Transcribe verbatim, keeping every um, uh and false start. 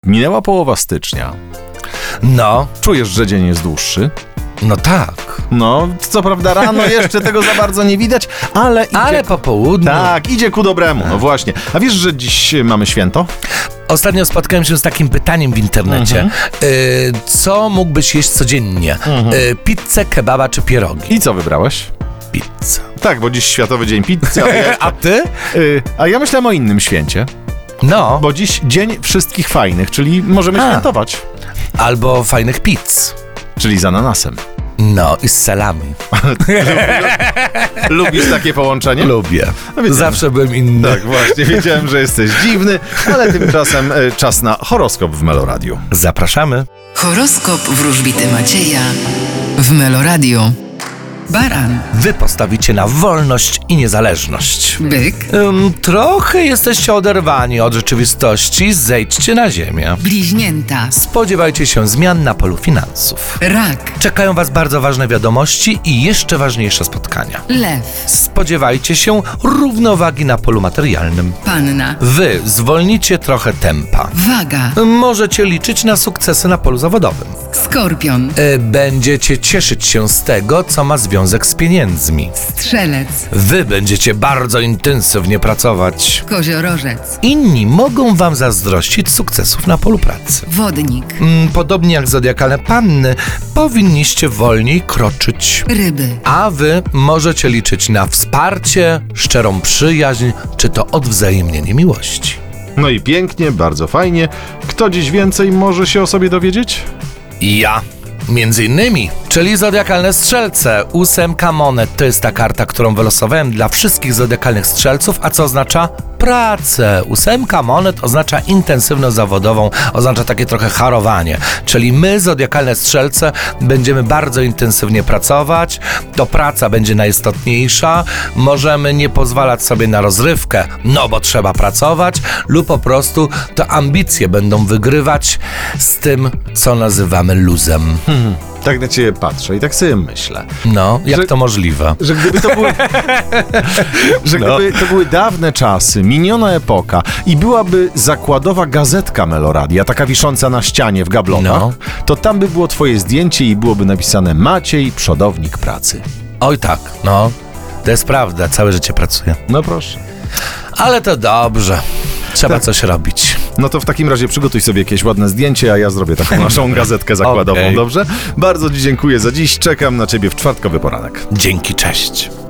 Minęła połowa stycznia. No, Czujesz, że dzień jest dłuższy? no tak. No, co prawda rano jeszcze tego za bardzo nie widać, ale idzie... Ale po południu. Tak, idzie ku dobremu, no właśnie. A wiesz, że dziś mamy święto? Ostatnio spotkałem się z takim pytaniem w internecie. Mhm. Y, co mógłbyś jeść codziennie? Y, pizzę, kebaba czy pierogi? I co wybrałeś? Pizza. Tak, bo dziś Światowy Dzień Pizzy, a, ja, A ty? y, a ja myślałem o innym święcie, No, bo dziś Dzień Wszystkich Fajnych, czyli możemy A. świętować. albo fajnych pizz. Czyli z ananasem. No, i z salami. Lubisz takie połączenie? Lubię. No wiedziałem. Zawsze byłem inny. Tak, właśnie, wiedziałem, że jesteś dziwny, ale tymczasem y, czas na horoskop w Meloradiu. Zapraszamy. Horoskop wróżbity Macieja w Meloradio. Baran, Wy postawicie na wolność i niezależność. byk, Ym, trochę jesteście oderwani od rzeczywistości, zejdźcie na ziemię. bliźnięta, Spodziewajcie się zmian na polu finansów. rak, Czekają Was bardzo ważne wiadomości i jeszcze ważniejsze spotkania. lew, Spodziewajcie się równowagi na polu materialnym. panna, Wy zwolnicie trochę tempa. waga, Możecie liczyć na sukcesy na polu zawodowym. skorpion, Y, Będziecie cieszyć się z tego, co ma związek z pieniędzmi. strzelec, Wy będziecie bardzo intensywnie pracować. koziorożec, Inni mogą Wam zazdrościć sukcesów na polu pracy. wodnik, Mm, Podobnie jak zodiakalne panny, powinniście wolniej kroczyć. ryby, A Wy możecie liczyć na wsparcie, szczerą przyjaźń, czy to odwzajemnienie miłości. No i pięknie, bardzo fajnie. Kto dziś więcej może się o sobie dowiedzieć? Ja. Między innymi, czyli zodiakalne strzelce. Ósemka monet to jest ta karta, którą wylosowałem dla wszystkich zodiakalnych strzelców, a co oznacza pracę. Ósemka monet oznacza intensywność zawodową, oznacza takie trochę harowanie. Czyli my, zodiakalne strzelce, będziemy bardzo intensywnie pracować, to praca będzie najistotniejsza, możemy nie pozwalać sobie na rozrywkę, no bo trzeba pracować, lub po prostu to ambicje będą wygrywać z tym, co nazywamy luzem. Hmm, tak na ciebie patrzę i tak sobie myślę, No, jak Że- to możliwe? że gdyby to były, że No. gdyby to były dawne czasy, miniona epoka i byłaby zakładowa gazetka Meloradia, taka wisząca na ścianie w gablotach, No. to tam by było twoje zdjęcie i byłoby napisane Maciej, przodownik pracy. Oj tak, no, to jest prawda, całe życie pracuję. No proszę. Ale to dobrze, trzeba Tak. coś robić. No to w takim razie przygotuj sobie jakieś ładne zdjęcie, a ja zrobię taką naszą gazetkę zakładową, Okej. dobrze? Bardzo ci dziękuję za dziś, czekam na ciebie w czwartkowy poranek. Dzięki, cześć.